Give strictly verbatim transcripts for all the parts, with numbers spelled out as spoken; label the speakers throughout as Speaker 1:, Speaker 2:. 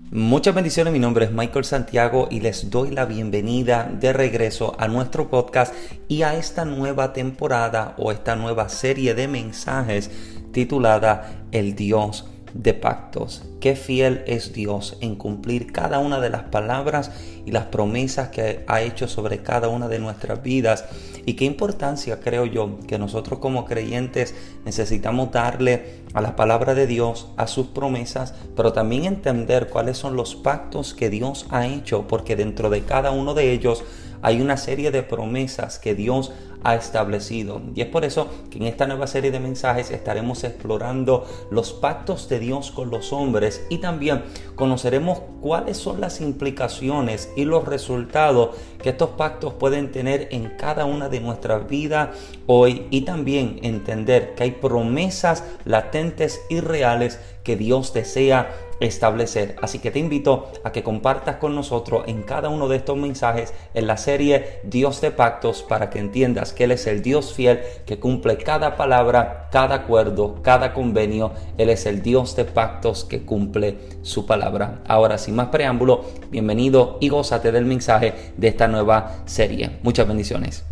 Speaker 1: Muchas bendiciones, mi nombre es Michael Santiago y les doy la bienvenida de regreso a nuestro podcast y a esta nueva temporada o esta nueva serie de mensajes titulada El Dios de Pactos. Qué fiel es Dios en cumplir cada una de las palabras y las promesas que ha hecho sobre cada una de nuestras vidas, y qué importancia creo yo que nosotros como creyentes necesitamos darle a la palabra de Dios, a sus promesas, pero también entender cuáles son los pactos que Dios ha hecho, porque dentro de cada uno de ellos hay una serie de promesas que Dios ha establecido. Y es por eso que en esta nueva serie de mensajes estaremos explorando los pactos de Dios con los hombres, y también conoceremos cuáles son las implicaciones y los resultados que estos pactos pueden tener en cada una de nuestras vidas hoy, y también entender que hay promesas latentes y reales que Dios desea establecer. Así que te invito a que compartas con nosotros en cada uno de estos mensajes en la serie Dios de Pactos, para que entiendas que Él es el Dios fiel que cumple cada palabra, cada acuerdo, cada convenio. Él es el Dios de pactos que cumple su palabra. Ahora, sin más preámbulo, bienvenido y gózate del mensaje de esta nueva serie. Muchas bendiciones.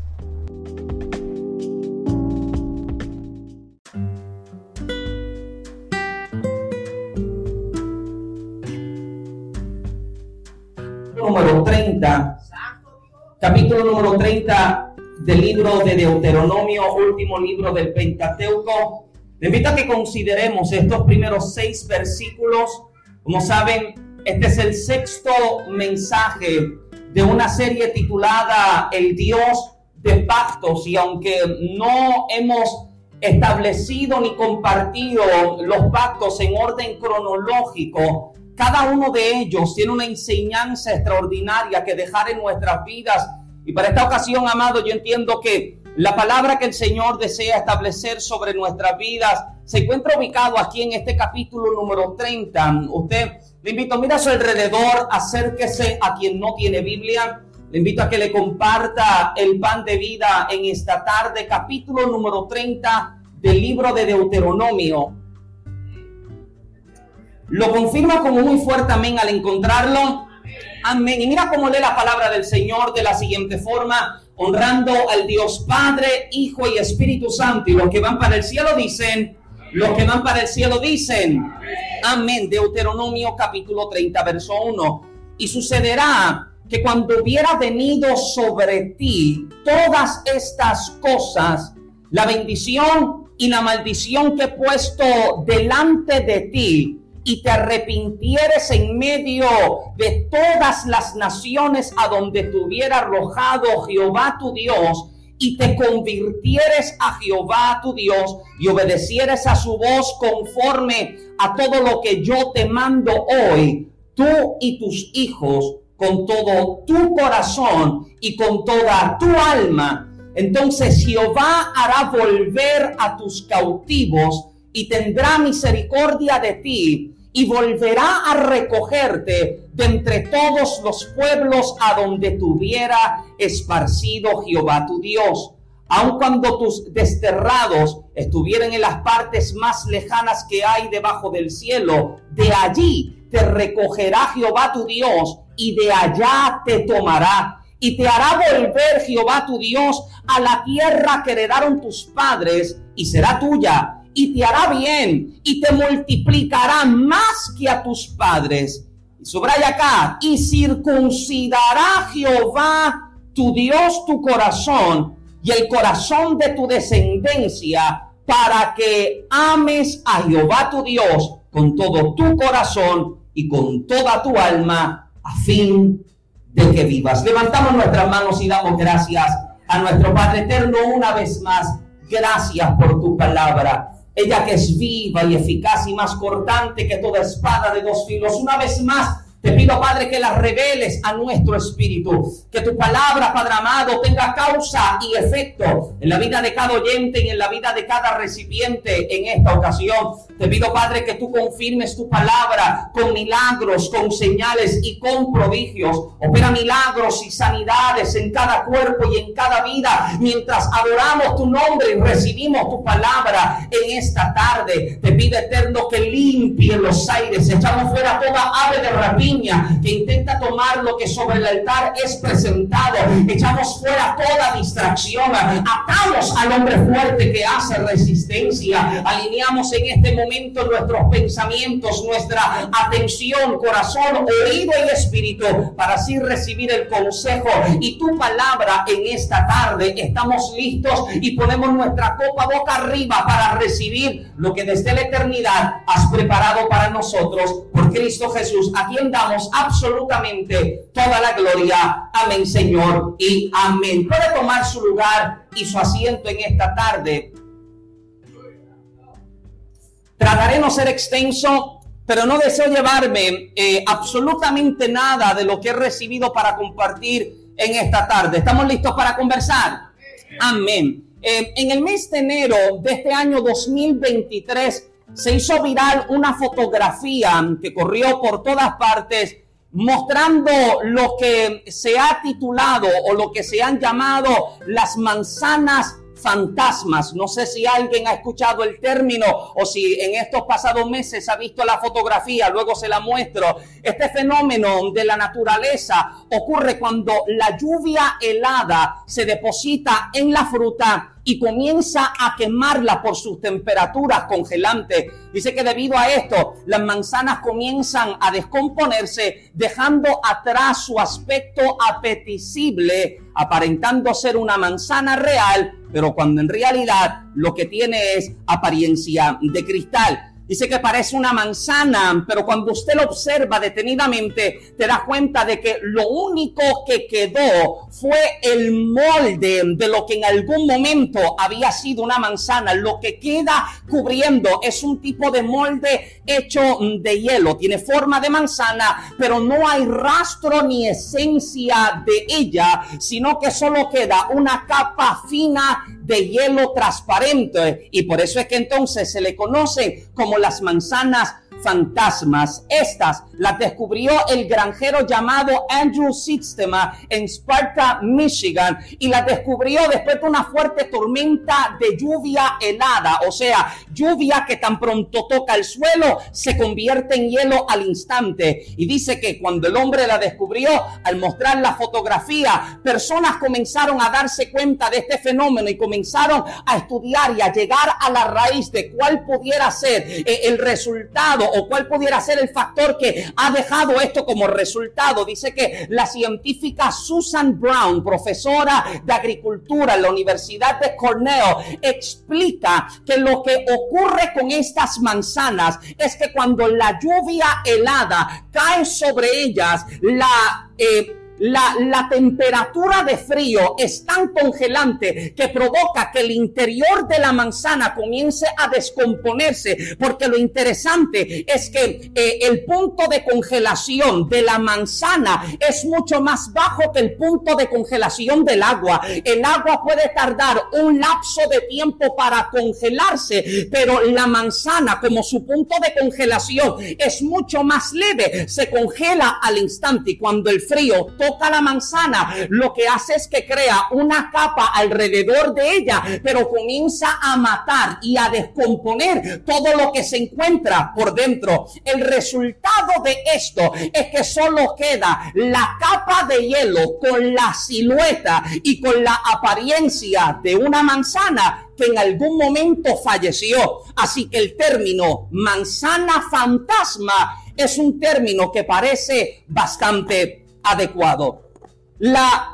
Speaker 2: Número treinta, capítulo número treinta del libro de Deuteronomio, último libro del Pentateuco. Les invito a que consideremos estos primeros seis versículos. Como saben, este es el sexto mensaje de una serie titulada El Dios de Pactos, y aunque no hemos establecido ni compartido los pactos en orden cronológico, cada uno de ellos tiene una enseñanza extraordinaria que dejar en nuestras vidas. Y para esta ocasión, amado, yo entiendo que la palabra que el Señor desea establecer sobre nuestras vidas se encuentra ubicado aquí en este capítulo número treinta. Usted, le invito, mira a su alrededor, acérquese a quien no tiene Biblia. Le invito a que le comparta el pan de vida en esta tarde. Capítulo número treinta del libro de Deuteronomio. Lo confirma como muy fuerte amén al encontrarlo. Amén. Y mira cómo lee la palabra del Señor de la siguiente forma: honrando al Dios Padre, Hijo y Espíritu Santo. Y los que van para el cielo dicen, los que van para el cielo dicen, amén. Deuteronomio capítulo treinta, verso uno. Y sucederá que cuando hubiera venido sobre ti todas estas cosas, la bendición y la maldición que he puesto delante de ti, y te arrepintieres en medio de todas las naciones a donde te hubiera arrojado Jehová tu Dios, y te convirtieres a Jehová tu Dios, y obedecieres a su voz conforme a todo lo que yo te mando hoy, tú y tus hijos, con todo tu corazón y con toda tu alma, entonces Jehová hará volver a tus cautivos y tendrá misericordia de ti, y volverá a recogerte de entre todos los pueblos a donde te hubiera esparcido Jehová tu Dios. Aun cuando tus desterrados estuvieran en las partes más lejanas que hay debajo del cielo, de allí te recogerá Jehová tu Dios, y de allá te tomará, y te hará volver Jehová tu Dios a la tierra que heredaron tus padres, y será tuya, y te hará bien, y te multiplicará más que a tus padres. Y subraya acá: y circuncidará Jehová tu Dios tu corazón y el corazón de tu descendencia, para que ames a Jehová tu Dios con todo tu corazón y con toda tu alma, a fin de que vivas. Levantamos nuestras manos y damos gracias a nuestro Padre eterno una vez más. Gracias por tu palabra, ella que es viva y eficaz y más cortante que toda espada de dos filos. Una vez más te Te pido, Padre, que las reveles a nuestro espíritu. Que tu palabra, Padre amado, tenga causa y efecto en la vida de cada oyente y en la vida de cada recipiente en esta ocasión. Te pido, Padre, que tú confirmes tu palabra con milagros, con señales y con prodigios. Opera milagros y sanidades en cada cuerpo y en cada vida mientras adoramos tu nombre y recibimos tu palabra en esta tarde. Te pido, Eterno, que limpie los aires. Echamos fuera toda ave de rapiña que intenta tomar lo que sobre el altar es presentado. Echamos fuera toda distracción. Atamos al hombre fuerte que hace resistencia. Alineamos en este momento nuestros pensamientos, nuestra atención, corazón, oído y espíritu para así recibir el consejo y tu palabra en esta tarde. Estamos listos y ponemos nuestra copa boca arriba para recibir lo que desde la eternidad has preparado para nosotros por Cristo Jesús, a quien damos absolutamente toda la gloria. Amén, Señor, y amén. Puede tomar su lugar y su asiento en esta tarde. Trataré no ser extenso, pero no deseo llevarme eh, absolutamente nada de lo que he recibido para compartir en esta tarde. ¿Estamos listos para conversar? Amén. Eh, en el mes de enero de este año dos mil veintitrés se hizo viral una fotografía que corrió por todas partes mostrando lo que se ha titulado o lo que se han llamado las manzanas fantasmas. No sé si alguien ha escuchado el término o si en estos pasados meses ha visto la fotografía, luego se la muestro. Este fenómeno de la naturaleza ocurre cuando la lluvia helada se deposita en la fruta y comienza a quemarla por sus temperaturas congelantes. Dice que debido a esto, las manzanas comienzan a descomponerse, dejando atrás su aspecto apetecible, aparentando ser una manzana real, pero cuando en realidad lo que tiene es apariencia de cristal. Dice que parece una manzana, pero cuando usted lo observa detenidamente, te das cuenta de que lo único que quedó fue el molde de lo que en algún momento había sido una manzana. Lo que queda cubriendo es un tipo de molde hecho de hielo. Tiene forma de manzana, pero no hay rastro ni esencia de ella, sino que solo queda una capa fina de hielo transparente, y por eso es que entonces se le conoce como las manzanas fantasmas. Estas las descubrió el granjero llamado Andrew Systema en Sparta, Michigan, y las descubrió después de una fuerte tormenta de lluvia helada, o sea, lluvia que tan pronto toca el suelo se convierte en hielo al instante. Y dice que cuando el hombre la descubrió, al mostrar la fotografía, personas comenzaron a darse cuenta de este fenómeno y comenzaron a estudiar y a llegar a la raíz de cuál pudiera ser eh, el resultado o cuál pudiera ser el factor que ha dejado esto como resultado. Dice que la científica Susan Brown, profesora de agricultura en la Universidad de Cornell, explica que lo que ocurre con estas manzanas es que cuando la lluvia helada cae sobre ellas, la eh, La, la temperatura de frío es tan congelante que provoca que el interior de la manzana comience a descomponerse, porque lo interesante es que eh, el punto de congelación de la manzana es mucho más bajo que el punto de congelación del agua. El agua puede tardar un lapso de tiempo para congelarse, pero la manzana, como su punto de congelación es mucho más leve, se congela al instante, y cuando el frío toca la manzana, lo que hace es que crea una capa alrededor de ella, pero comienza a matar y a descomponer todo lo que se encuentra por dentro. El resultado de esto es que solo queda la capa de hielo con la silueta y con la apariencia de una manzana que en algún momento falleció. Así que el término manzana fantasma es un término que parece bastante adecuado. La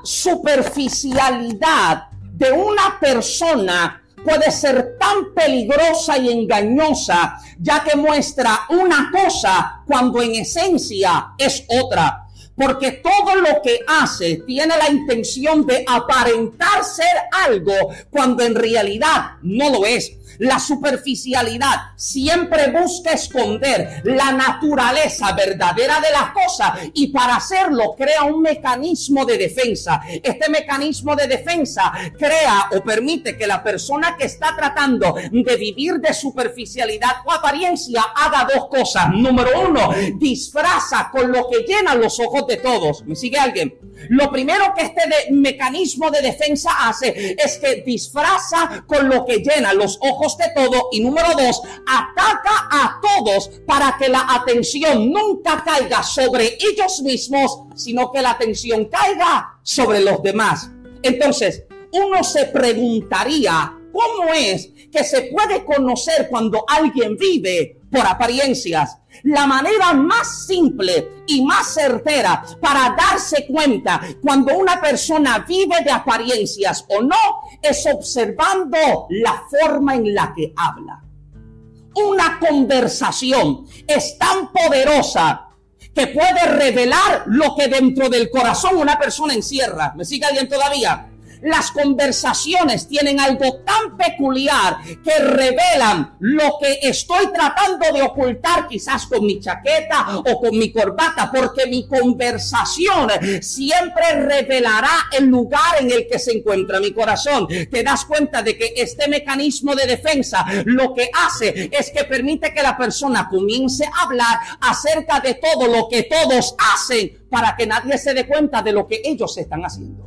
Speaker 2: superficialidad de una persona puede ser tan peligrosa y engañosa, ya que muestra una cosa cuando en esencia es otra. Porque todo lo que hace tiene la intención de aparentar ser algo cuando en realidad no lo es. La superficialidad siempre busca esconder la naturaleza verdadera de las cosas y para hacerlo crea un mecanismo de defensa. Este mecanismo de defensa crea o permite que la persona que está tratando de vivir de superficialidad o apariencia haga dos cosas. Número uno, disfraza con lo que llena los ojos de todos. ¿Me sigue alguien? Lo primero que este de mecanismo de defensa hace es que disfraza con lo que llena los ojos de todo. Y número dos, ataca a todos para que la atención nunca caiga sobre ellos mismos, sino que la atención caiga sobre los demás. Entonces, uno se preguntaría, ¿cómo es que se puede conocer cuando alguien vive por apariencias? La manera más simple y más certera para darse cuenta cuando una persona vive de apariencias o no es observando la forma en la que habla. Una conversación es tan poderosa que puede revelar lo que dentro del corazón una persona encierra. ¿Me sigue alguien todavía? Las conversaciones tienen algo tan peculiar que revelan lo que estoy tratando de ocultar, quizás con mi chaqueta o con mi corbata, porque mi conversación siempre revelará el lugar en el que se encuentra mi corazón. Te das cuenta de que este mecanismo de defensa lo que hace es que permite que la persona comience a hablar acerca de todo lo que todos hacen para que nadie se dé cuenta de lo que ellos están haciendo.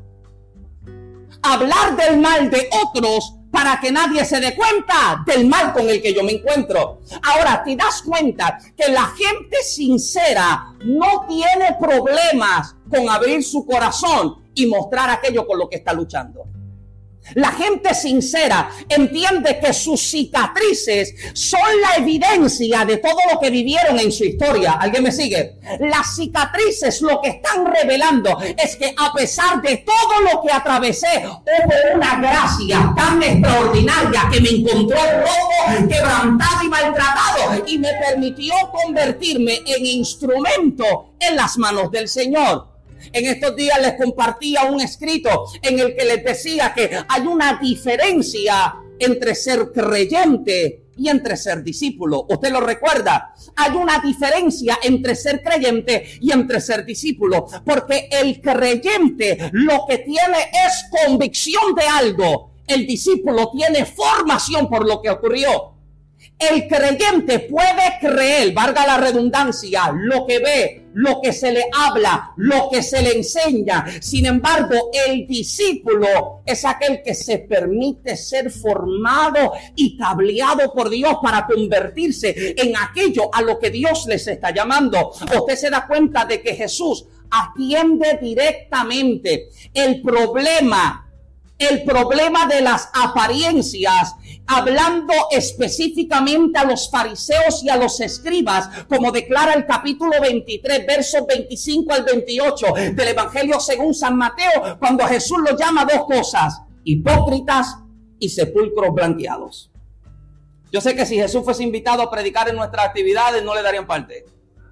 Speaker 2: Hablar del mal de otros para que nadie se dé cuenta del mal con el que yo me encuentro. Ahora, te das cuenta que la gente sincera no tiene problemas con abrir su corazón y mostrar aquello con lo que está luchando. La gente sincera entiende que sus cicatrices son la evidencia de todo lo que vivieron en su historia. ¿Alguien me sigue? Las cicatrices lo que están revelando es que a pesar de todo lo que atravesé, hubo una gracia tan extraordinaria que me encontró roto, quebrantado y maltratado y me permitió convertirme en instrumento en las manos del Señor. En estos días les compartía un escrito en el que les decía que hay una diferencia entre ser creyente y entre ser discípulo. ¿Usted lo recuerda? Hay una diferencia entre ser creyente y entre ser discípulo, porque el creyente lo que tiene es convicción de algo. El discípulo tiene formación por lo que ocurrió. El creyente puede creer, valga la redundancia, lo que ve, lo que se le habla, lo que se le enseña. Sin embargo, el discípulo es aquel que se permite ser formado y cableado por Dios para convertirse en aquello a lo que Dios les está llamando. Usted se da cuenta de que Jesús atiende directamente el problema El problema de las apariencias, hablando específicamente a los fariseos y a los escribas, como declara el capítulo veintitrés, versos veinticinco al veintiocho del Evangelio según San Mateo, cuando Jesús los llama dos cosas: hipócritas y sepulcros blanqueados. Yo sé que si Jesús fuese invitado a predicar en nuestras actividades, no le darían parte.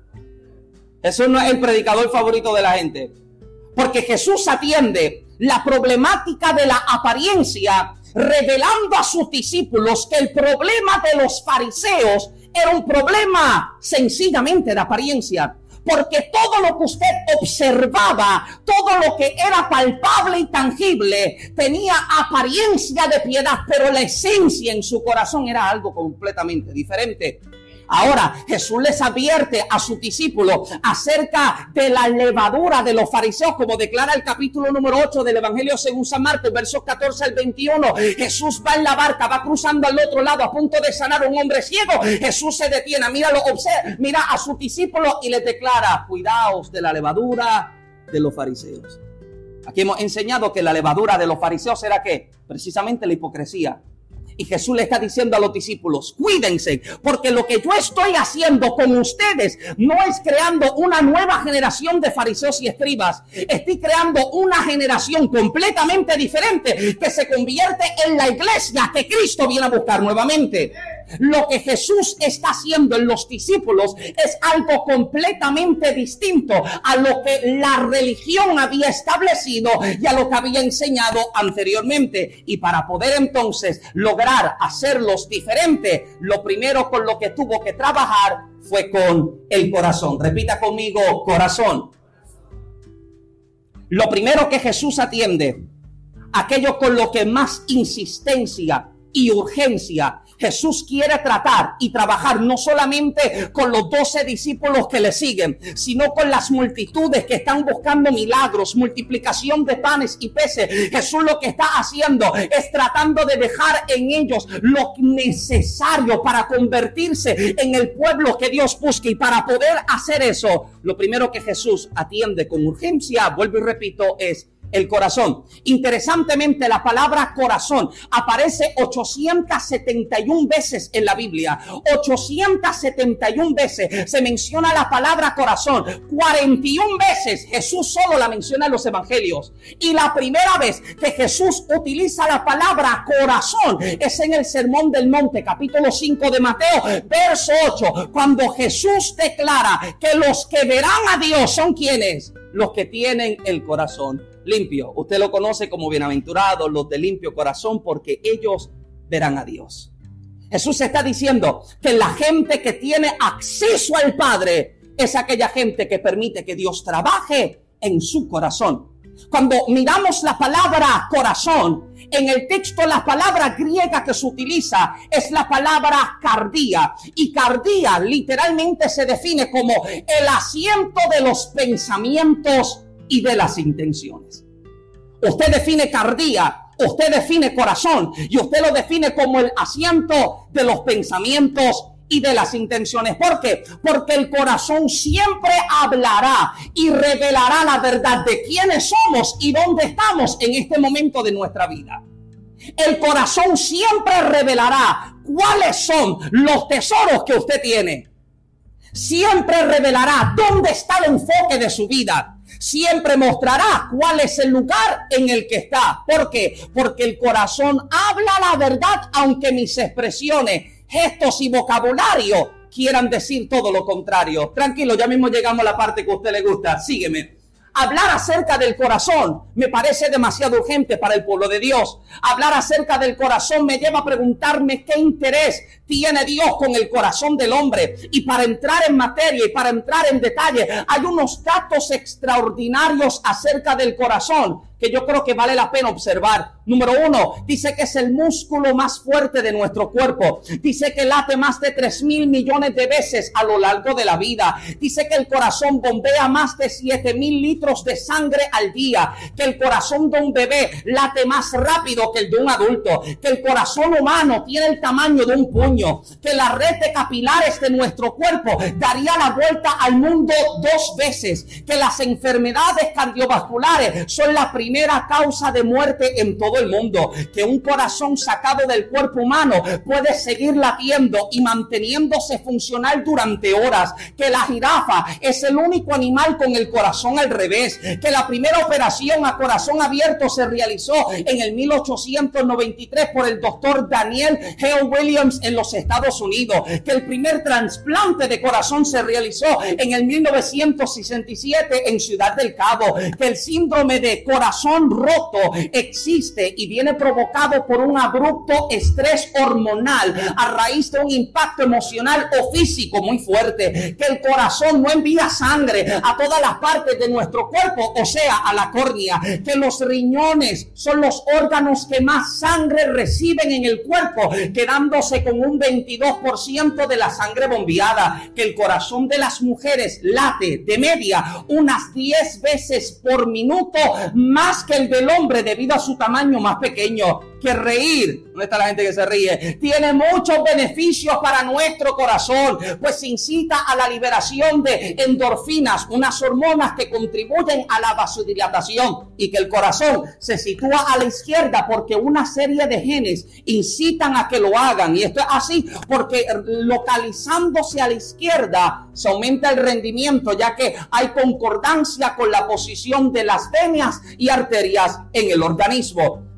Speaker 2: Jesús no es el predicador favorito de la gente, porque Jesús atiende la problemática de la apariencia, revelando a sus discípulos que el problema de los fariseos era un problema sencillamente de apariencia. Porque todo lo que usted observaba, todo lo que era palpable y tangible, tenía apariencia de piedad, pero la esencia en su corazón era algo completamente diferente. Ahora, Jesús les advierte a sus discípulos acerca de la levadura de los fariseos, como declara el capítulo número ocho del Evangelio según San Marcos, versos catorce al veintiuno. Jesús va en la barca, va cruzando al otro lado a punto de sanar a un hombre ciego. Jesús se detiene, míralo, observa, mira a sus discípulos y les declara: cuidaos de la levadura de los fariseos. Aquí hemos enseñado que la levadura de los fariseos era ¿qué? Precisamente la hipocresía. Y Jesús le está diciendo a los discípulos: cuídense, porque lo que yo estoy haciendo con ustedes no es creando una nueva generación de fariseos y escribas. Estoy creando una generación completamente diferente que se convierte en la iglesia que Cristo viene a buscar nuevamente. lo que Jesús está haciendo en los discípulos es algo completamente distinto a lo que la religión había establecido y a lo que había enseñado anteriormente. Y para poder entonces lograr hacerlos diferentes, lo primero con lo que tuvo que trabajar fue con el corazón. Repita conmigo, corazón. Lo primero que Jesús atiende, aquello con lo que más insistencia y urgencia Jesús quiere tratar y trabajar, no solamente con los doce discípulos que le siguen, sino con las multitudes que están buscando milagros, multiplicación de panes y peces. Jesús lo que está haciendo es tratando de dejar en ellos lo necesario para convertirse en el pueblo que Dios busca. Y para poder hacer eso, lo primero que Jesús atiende con urgencia, vuelvo y repito, es el corazón. Interesantemente, la palabra corazón aparece ochocientas setenta y una veces en la Biblia. ochocientas setenta y una veces se menciona la palabra corazón. cuarenta y una veces Jesús solo la menciona en los evangelios. Y la primera vez que Jesús utiliza la palabra corazón es en el Sermón del Monte, capítulo cinco de Mateo, verso ocho, cuando Jesús declara que los que verán a Dios son quienes, los que tienen el corazón limpio. Usted lo conoce como bienaventurados los de limpio corazón, porque ellos verán a Dios. Jesús está diciendo que la gente que tiene acceso al Padre es aquella gente que permite que Dios trabaje en su corazón. Cuando miramos la palabra corazón, en el texto la palabra griega que se utiliza es la palabra cardía. Y cardía literalmente se define como el asiento de los pensamientos y de las intenciones. Usted define cardía, usted define corazón y usted lo define como el asiento de los pensamientos y de las intenciones. ¿Por qué? Porque el corazón siempre hablará y revelará la verdad de quiénes somos y dónde estamos en este momento de nuestra vida. El corazón siempre revelará cuáles son los tesoros que usted tiene. Siempre revelará dónde está el enfoque de su vida. Siempre mostrará cuál es el lugar en el que está. ¿Por qué? Porque el corazón habla la verdad, aunque mis expresiones, gestos y vocabulario quieran decir todo lo contrario. Tranquilo, ya mismo llegamos a la parte que a usted le gusta. Sígueme. Hablar acerca del corazón me parece demasiado urgente para el pueblo de Dios. Hablar acerca del corazón me lleva a preguntarme qué interés tiene Dios con el corazón del hombre. Y para entrar en materia y para entrar en detalle, hay unos datos extraordinarios acerca del corazón que yo creo que vale la pena observar. Número uno, dice que es el músculo más fuerte de nuestro cuerpo. Dice que late más de tres mil millones de veces a lo largo de la vida. Dice que el corazón bombea más de siete mil litros de sangre al día. Que el corazón de un bebé late más rápido que el de un adulto. Que el corazón humano tiene el tamaño de un puño. Que la red de capilares de nuestro cuerpo daría la vuelta al mundo dos veces. Que las enfermedades cardiovasculares son la primera primera causa de muerte en todo el mundo, que un corazón sacado del cuerpo humano puede seguir latiendo y manteniéndose funcional durante horas, que la jirafa es el único animal con el corazón al revés, que la primera operación a corazón abierto se realizó en el mil ochocientos noventa y tres por el doctor Daniel Hale Williams en los Estados Unidos, que el primer trasplante de corazón se realizó en el mil novecientos sesenta y siete en Ciudad del Cabo, que el síndrome de corazón roto existe y viene provocado por un abrupto estrés hormonal a raíz de un impacto emocional o físico muy fuerte, que el corazón no envía sangre a todas las partes de nuestro cuerpo, o sea, a la córnea, que los riñones son los órganos que más sangre reciben en el cuerpo, quedándose con un veintidós por ciento de la sangre bombeada, que el corazón de las mujeres late de media unas diez veces por minuto más que el del hombre debido a su tamaño más pequeño, que reír, ¿dónde está la gente que se ríe? Tiene muchos beneficios para nuestro corazón, pues incita a la liberación de endorfinas, unas hormonas que contribuyen a la vasodilatación, y que el corazón se sitúa a la izquierda porque una serie de genes incitan a que lo hagan, y esto es así porque localizándose a la izquierda se aumenta el rendimiento, ya que hay concordancia con la posición de las venas y arterias en el organismo.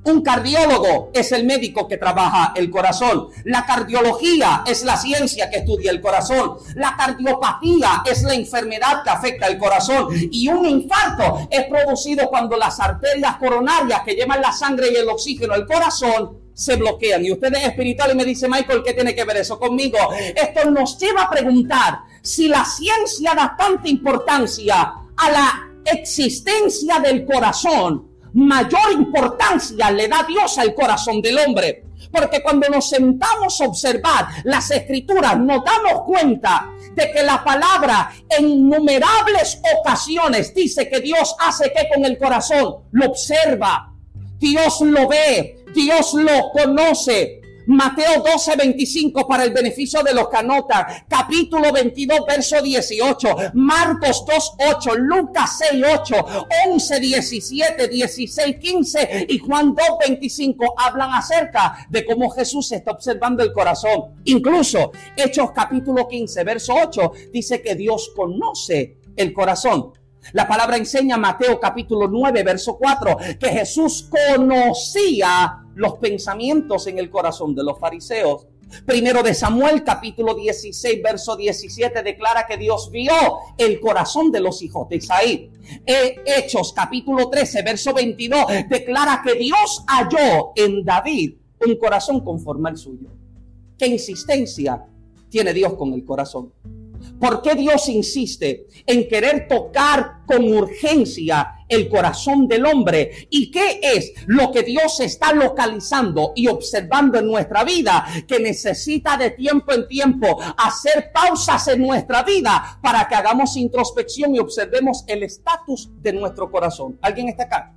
Speaker 2: Un cardiólogo es el médico que trabaja el corazón. La cardiología es la ciencia que estudia el corazón. La cardiopatía es la enfermedad que afecta el corazón. Y un infarto es producido cuando las arterias coronarias que llevan la sangre y el oxígeno al corazón se bloquean. Y usted es espiritual y me dice, Michael, ¿qué tiene que ver eso conmigo? Esto nos lleva a preguntar si la ciencia da tanta importancia a la existencia del corazón. Mayor importancia le da Dios al corazón del hombre. Porque cuando nos sentamos a observar las escrituras, nos damos cuenta de que la palabra en innumerables ocasiones dice que Dios hace que con el corazón lo observa, Dios lo ve, Dios lo conoce. Mateo doce, veinticinco para el beneficio de los que anotan, capítulo veintidós, verso dieciocho, Marcos dos, ocho, Lucas seis, ocho, once, diecisiete, dieciséis, quince y Juan dos, veinticinco hablan acerca de cómo Jesús está observando el corazón. Incluso Hechos capítulo quince, verso ocho dice que Dios conoce el corazón. La palabra enseña Mateo capítulo nueve, verso cuatro, que Jesús conocía los pensamientos en el corazón de los fariseos. Primero de Samuel capítulo dieciséis, verso diecisiete declara que Dios vio el corazón de los hijos de Isaí. Hechos capítulo trece, verso veintidós declara que Dios halló en David un corazón conforme al suyo. ¿Qué insistencia tiene Dios con el corazón? ¿Por qué Dios insiste en querer tocar con urgencia el corazón del hombre? ¿Y qué es lo que Dios está localizando y observando en nuestra vida que necesita de tiempo en tiempo hacer pausas en nuestra vida para que hagamos introspección y observemos el estatus de nuestro corazón? ¿Alguien está acá?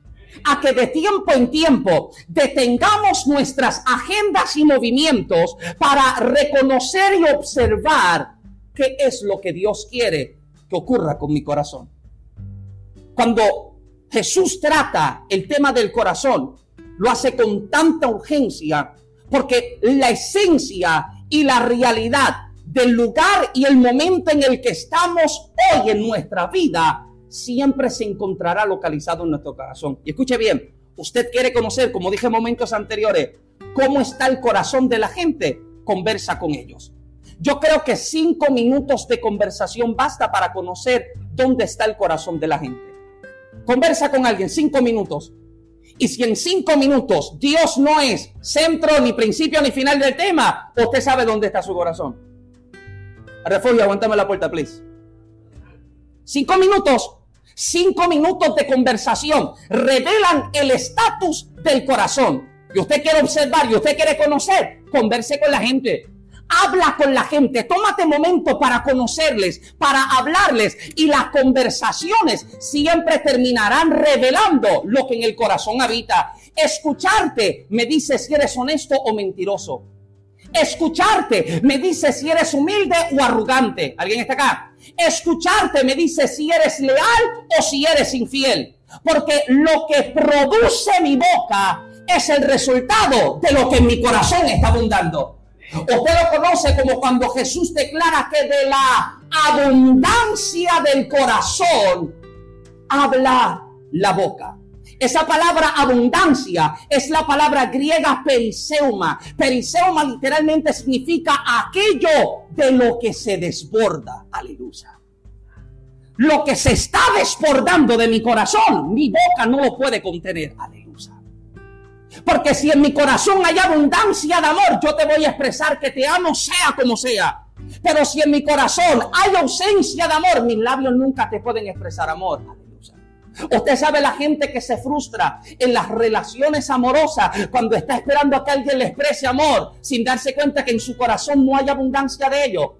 Speaker 2: A que de tiempo en tiempo detengamos nuestras agendas y movimientos para reconocer y observar ¿qué es lo que Dios quiere que ocurra con mi corazón? Cuando Jesús trata el tema del corazón, lo hace con tanta urgencia, porque la esencia y la realidad del lugar y el momento en el que estamos hoy en nuestra vida, siempre se encontrará localizado en nuestro corazón. Y escuche bien, usted quiere conocer, como dije en momentos anteriores, cómo está el corazón de la gente, conversa con ellos. Yo creo que cinco minutos de conversación basta para conocer dónde está el corazón de la gente. Conversa con alguien, cinco minutos. Y si en cinco minutos Dios no es centro, ni principio, ni final del tema, usted sabe dónde está su corazón. Refugio, aguántame la puerta, please. Cinco minutos, cinco minutos de conversación revelan el estatus del corazón. Y usted quiere observar y usted quiere conocer, converse con la gente. Habla con la gente, tómate momento para conocerles, para hablarles, y las conversaciones siempre terminarán revelando lo que en el corazón habita. Escucharte me dice si eres honesto o mentiroso. Escucharte me dice si eres humilde o arrogante. ¿Alguien está acá? Escucharte me dice si eres leal o si eres infiel. Porque lo que produce mi boca es el resultado de lo que en mi corazón está abundando. Usted lo conoce como cuando Jesús declara que de la abundancia del corazón habla la boca. Esa palabra abundancia es la palabra griega periseuma. Periseuma literalmente significa aquello de lo que se desborda. Aleluya. Lo que se está desbordando de mi corazón, mi boca no lo puede contener. Aleluya. Porque si en mi corazón hay abundancia de amor, yo te voy a expresar que te amo sea como sea. Pero si en mi corazón hay ausencia de amor, mis labios nunca te pueden expresar amor. Aleluya. Usted sabe la gente que se frustra en las relaciones amorosas cuando está esperando a que alguien le exprese amor sin darse cuenta que en su corazón no hay abundancia de ello.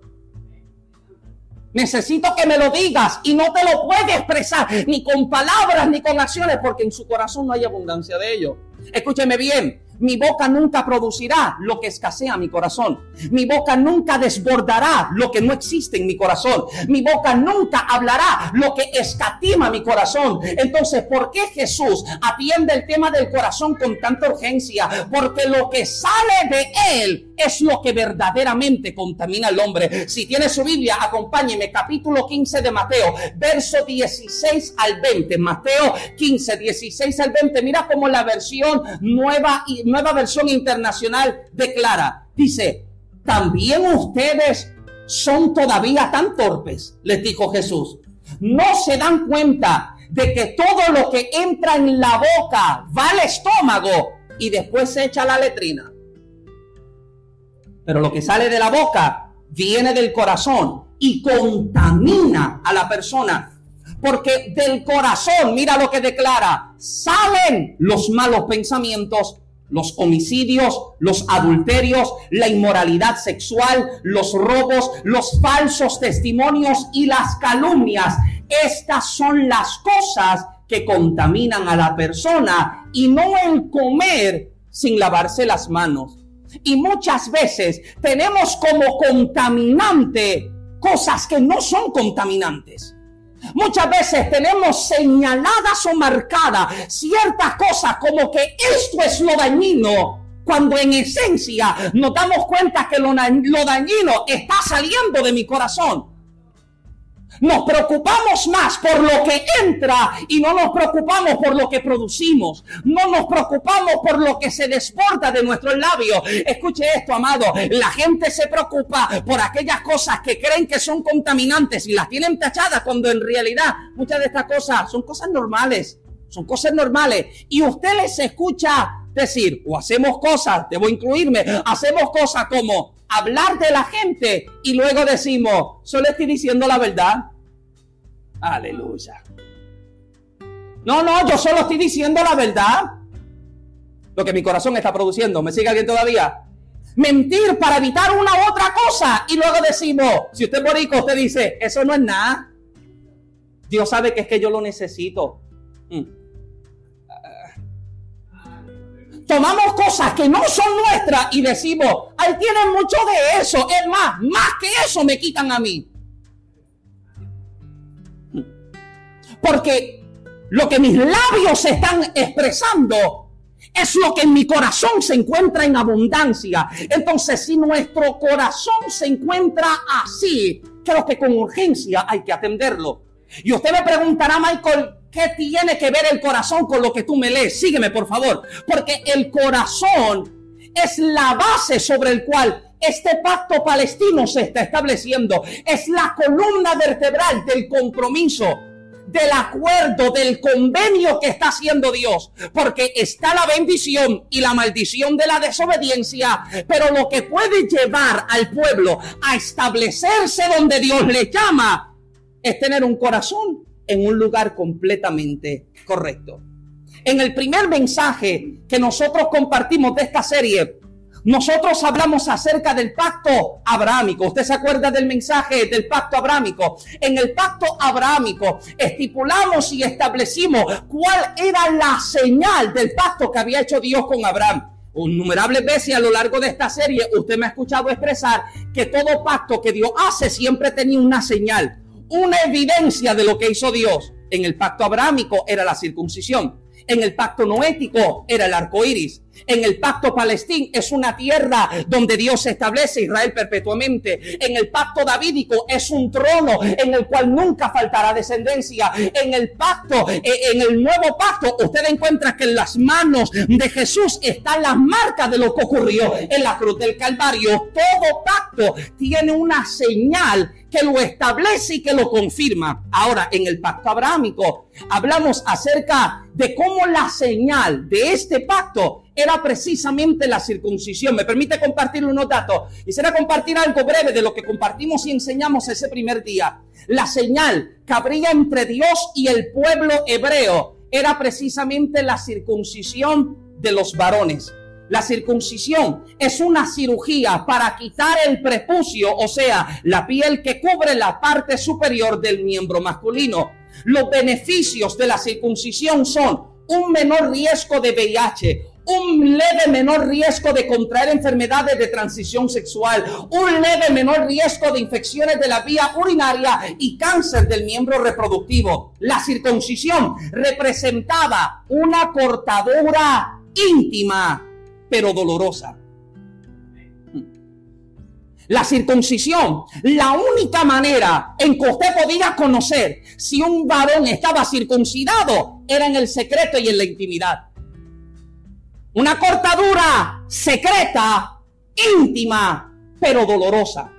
Speaker 2: Necesito que me lo digas y no te lo puede expresar ni con palabras ni con acciones porque en su corazón no hay abundancia de ello. Escúcheme bien, mi boca nunca producirá lo que escasea mi corazón. Mi boca nunca desbordará lo que no existe en mi corazón. Mi boca nunca hablará lo que escatima mi corazón. Entonces, ¿por qué Jesús atiende el tema del corazón con tanta urgencia? Porque lo que sale de él es lo que verdaderamente contamina al hombre. Si tiene su Biblia, acompáñeme, capítulo quince de Mateo, verso dieciséis al veinte. Mateo quince, dieciséis al veinte. Mira cómo la versión nueva y nueva versión internacional declara. Dice, ¿también ustedes son todavía tan torpes? Les dijo Jesús. ¿No se dan cuenta de que todo lo que entra en la boca va al estómago y después se echa a la letrina? Pero lo que sale de la boca viene del corazón y contamina a la persona. Porque del corazón, mira lo que declara, salen los malos pensamientos, los homicidios, los adulterios, la inmoralidad sexual, los robos, los falsos testimonios y las calumnias. Estas son las cosas que contaminan a la persona y no el comer sin lavarse las manos. Y muchas veces tenemos como contaminante cosas que no son contaminantes. Muchas veces tenemos señaladas o marcadas ciertas cosas como que esto es lo dañino, cuando en esencia nos damos cuenta que lo, lo dañino está saliendo de mi corazón. Nos preocupamos más por lo que entra y no nos preocupamos por lo que producimos. No nos preocupamos por lo que se desborda de nuestros labios. Escuche esto, amado. La gente se preocupa por aquellas cosas que creen que son contaminantes y las tienen tachadas, cuando en realidad muchas de estas cosas son cosas normales. Son cosas normales. Y usted les escucha decir, o hacemos cosas, debo incluirme, hacemos cosas como hablar de la gente y luego decimos, solo estoy diciendo la verdad. Aleluya. No, no, yo solo estoy diciendo la verdad. Lo que mi corazón está produciendo. ¿Me sigue alguien todavía? Mentir para evitar una u otra cosa. Y luego decimos, si usted es boricua, usted dice, eso no es nada. Dios sabe que es que yo lo necesito. Mm. Tomamos cosas que no son nuestras y decimos, ahí tienen mucho de eso. Es más, más que eso me quitan a mí. Porque lo que mis labios están expresando es lo que en mi corazón se encuentra en abundancia. Entonces, si nuestro corazón se encuentra así, creo que con urgencia hay que atenderlo. Y usted me preguntará, Michael, ¿qué tiene que ver el corazón con lo que tú me lees? Sígueme, por favor. Porque el corazón es la base sobre el cual este pacto palestino se está estableciendo. Es la columna vertebral del compromiso, del acuerdo, del convenio que está haciendo Dios. Porque está la bendición y la maldición de la desobediencia. Pero lo que puede llevar al pueblo a establecerse donde Dios le llama es tener un corazón en un lugar completamente correcto. En el primer mensaje que nosotros compartimos de esta serie, nosotros hablamos acerca del pacto abrahámico. ¿Usted se acuerda del mensaje del pacto abrahámico? En el pacto abrahámico estipulamos y establecimos cuál era la señal del pacto que había hecho Dios con Abraham. Innumerables veces a lo largo de esta serie usted me ha escuchado expresar que todo pacto que Dios hace siempre tenía una señal, una evidencia de lo que hizo Dios. En el pacto abrahámico era la circuncisión. En el pacto noético era el arco iris. En el pacto palestino es una tierra donde Dios establece Israel perpetuamente. En el pacto davídico es un trono en el cual nunca faltará descendencia. En el pacto, en el nuevo pacto, usted encuentra que en las manos de Jesús están las marcas de lo que ocurrió en la cruz del Calvario. Todo pacto tiene una señal que lo establece y que lo confirma. Ahora, en el pacto abrahámico hablamos acerca de cómo la señal de este pacto era precisamente la circuncisión. ¿Me permite compartir unos datos? Quisiera compartir algo breve de lo que compartimos y enseñamos ese primer día. La señal que habría entre Dios y el pueblo hebreo era precisamente la circuncisión de los varones. La circuncisión es una cirugía para quitar el prepucio, o sea, la piel que cubre la parte superior del miembro masculino. Los beneficios de la circuncisión son un menor riesgo de V I H, un leve menor riesgo de contraer enfermedades de transición sexual, un leve menor riesgo de infecciones de la vía urinaria y cáncer del miembro reproductivo. La circuncisión representaba una cortadura íntima, pero dolorosa. La circuncisión, la única manera en que usted podía conocer si un varón estaba circuncidado era en el secreto y en la intimidad. Una cortadura secreta, íntima, pero dolorosa.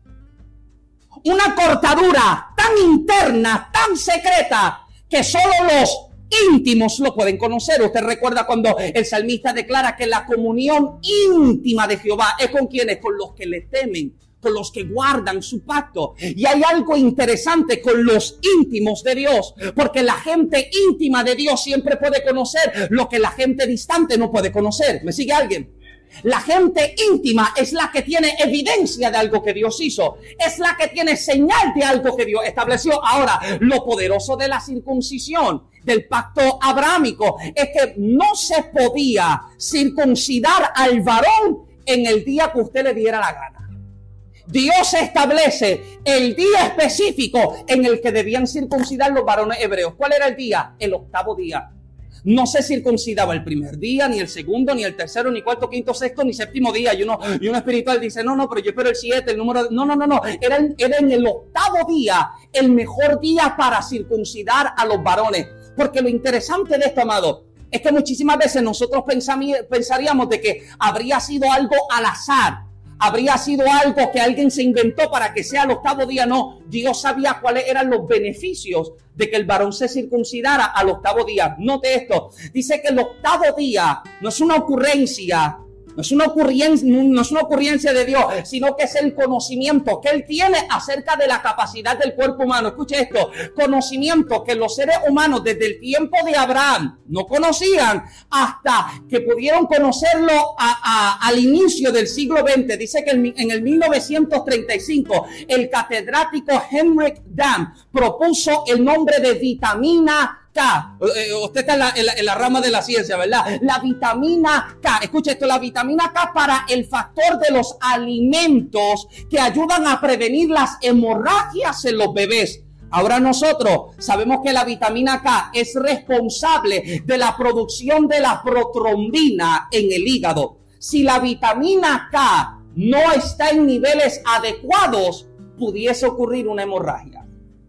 Speaker 2: Una cortadura tan interna, tan secreta, que solo los íntimos lo pueden conocer. Usted recuerda cuando el salmista declara que la comunión íntima de Jehová es con quienes, con los que le temen, con los que guardan su pacto. Y hay algo interesante con los íntimos de Dios, porque la gente íntima de Dios siempre puede conocer lo que la gente distante no puede conocer. ¿Me sigue alguien? La gente íntima es la que tiene evidencia de algo que Dios hizo. Es la que tiene señal de algo que Dios estableció. Ahora, lo poderoso de la circuncisión, del pacto abrahámico, es que no se podía circuncidar al varón en el día que usted le diera la gana. Dios establece el día específico en el que debían circuncidar los varones hebreos. ¿Cuál era el día? El octavo día. No se circuncidaba el primer día, ni el segundo, ni el tercero, ni cuarto, quinto, sexto, ni séptimo día. Y uno, y uno espiritual dice, no, no, pero yo espero el siete, el número... No, no, no, no. Era, era en el octavo día el mejor día para circuncidar a los varones. Porque lo interesante de esto, amado, es que muchísimas veces nosotros pensaríamos de que habría sido algo al azar. Habría sido algo que alguien se inventó para que sea el octavo día. No, Dios sabía cuáles eran los beneficios de que el varón se circuncidara al octavo día. Note esto, dice que el octavo día no es una ocurrencia, no es una ocurrencia, no es una ocurrencia de Dios, sino que es el conocimiento que Él tiene acerca de la capacidad del cuerpo humano. Escuche esto, conocimiento que los seres humanos desde el tiempo de Abraham no conocían hasta que pudieron conocerlo a, a, al inicio del siglo veinte. Dice que en el mil novecientos treinta y cinco el catedrático Henrik Dam propuso el nombre de vitamina K. Usted está en la, en, la, en la rama de la ciencia, ¿verdad? La vitamina K. Escuche esto, la vitamina K para el factor de los alimentos que ayudan a prevenir las hemorragias en los bebés. Ahora nosotros sabemos que la vitamina K es responsable de la producción de la protrombina en el hígado. Si la vitamina K no está en niveles adecuados, pudiese ocurrir una hemorragia.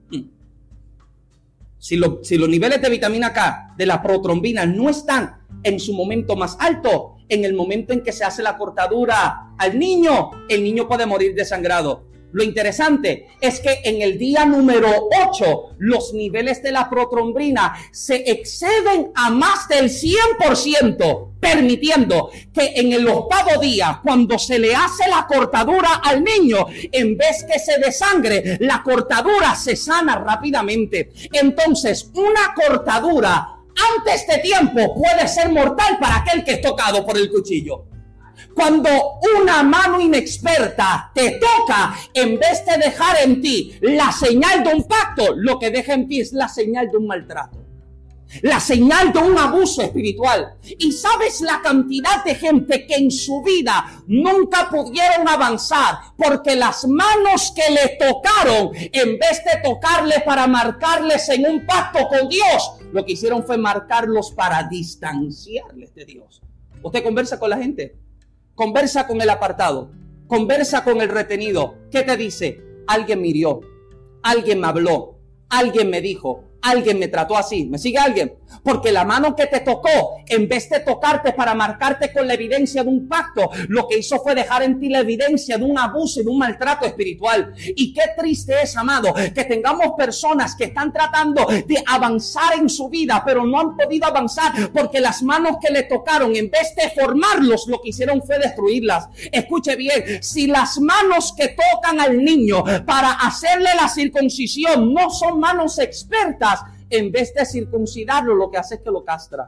Speaker 2: Si, lo, si los niveles de vitamina K, de la protrombina, no están en su momento más alto, en el momento en que se hace la cortadura al niño, el niño puede morir desangrado. Lo interesante es que en el día número ocho, los niveles de la protrombina se exceden a más del cien por ciento, permitiendo que en el octavo día, cuando se le hace la cortadura al niño, en vez que se desangre, la cortadura se sana rápidamente. Entonces, una cortadura antes de tiempo puede ser mortal para aquel que es tocado por el cuchillo. Cuando una mano inexperta te toca, en vez de dejar en ti la señal de un pacto, lo que deja en ti es la señal de un maltrato, la señal de un abuso espiritual. Y sabes la cantidad de gente que en su vida nunca pudieron avanzar porque las manos que le tocaron, en vez de tocarle para marcarles en un pacto con Dios, lo que hicieron fue marcarlos para distanciarles de Dios. Usted conversa con la gente, conversa con el apartado, conversa con el retenido. ¿Qué te dice? Alguien me hirió, alguien me habló, alguien me dijo, alguien me trató así. ¿Me sigue alguien? Porque la mano que te tocó, en vez de tocarte para marcarte con la evidencia de un pacto, lo que hizo fue dejar en ti la evidencia de un abuso y de un maltrato espiritual. Y qué triste es, amado, que tengamos personas que están tratando de avanzar en su vida, pero no han podido avanzar porque las manos que le tocaron, en vez de formarlos, lo que hicieron fue destruirlas. Escuche bien, si las manos que tocan al niño para hacerle la circuncisión no son manos expertas, en vez de circuncidarlo, lo que hace es que lo castra.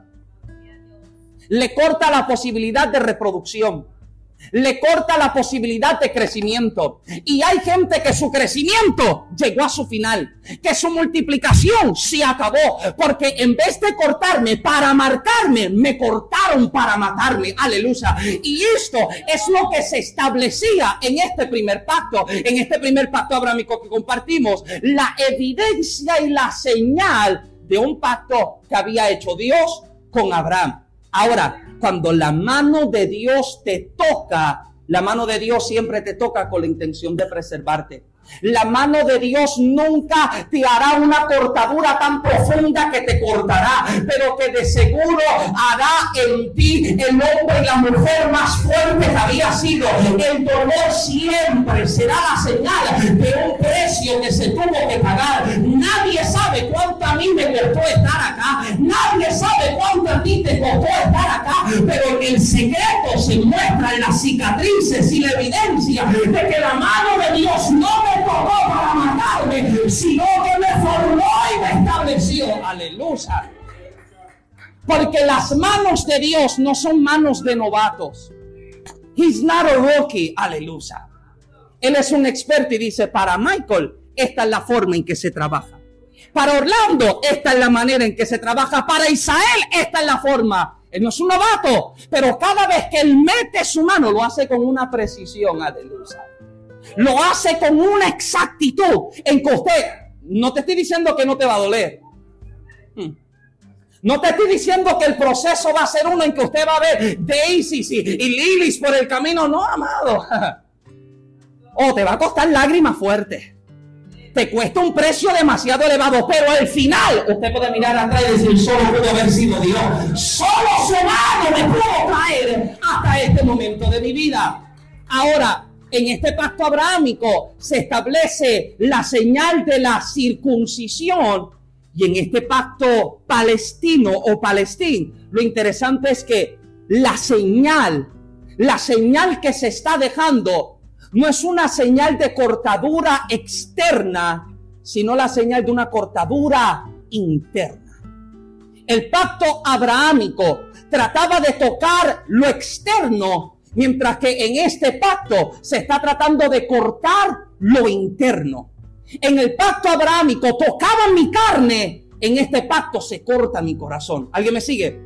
Speaker 2: Le corta la posibilidad de reproducción. Le corta la posibilidad de crecimiento. Y hay gente que su crecimiento llegó a su final, que su multiplicación se acabó, porque en vez de cortarme para marcarme, me cortaron para matarme. Aleluya. Y esto es lo que se establecía en este primer pacto, en este primer pacto abrámico que compartimos, la evidencia y la señal de un pacto que había hecho Dios con Abraham. Ahora, cuando la mano de Dios te toca, La mano de Dios siempre te toca con la intención de preservarte. La mano de Dios nunca te hará una cortadura tan profunda que te cortará, pero que de seguro hará en ti el hombre y la mujer más fuerte que había sido. El dolor siempre será la señal de un precio que se tuvo que pagar. Nadie sabe cuánto a mí me costó estar acá. Nadie sabe cuánto a ti te costó estar acá, pero el secreto se muestra en las cicatrices y la evidencia de que la mano de Dios no me tocó para matarme, sino que me formó y me estableció. Aleluya. Porque las manos de Dios no son manos de novatos. He's not a rookie. Aleluya. Él es un experto y dice, para Michael, esta es la forma en que se trabaja. Para Orlando, esta es la manera en que se trabaja. Para Isael, esta es la forma. Él no es un novato, pero cada vez que él mete su mano, lo hace con una precisión. Aleluya. Lo hace con una exactitud en que usted, no te estoy diciendo que no te va a doler. No te estoy diciendo que el proceso va a ser uno en que usted va a ver daisies y, y lilies por el camino. No, amado. O te va a costar lágrimas fuertes. Te cuesta un precio demasiado elevado, pero al final usted puede mirar atrás y decir, solo pudo haber sido Dios. Solo su mano me pudo traer hasta este momento de mi vida. Ahora, en este pacto abrahámico se establece la señal de la circuncisión, y en este pacto palestino o palestín, lo interesante es que la señal, la señal que se está dejando no es una señal de cortadura externa, sino la señal de una cortadura interna. El pacto abrahámico trataba de tocar lo externo, mientras que en este pacto se está tratando de cortar lo interno. En el pacto abrahámico tocaba mi carne, en este pacto se corta mi corazón. ¿Alguien me sigue?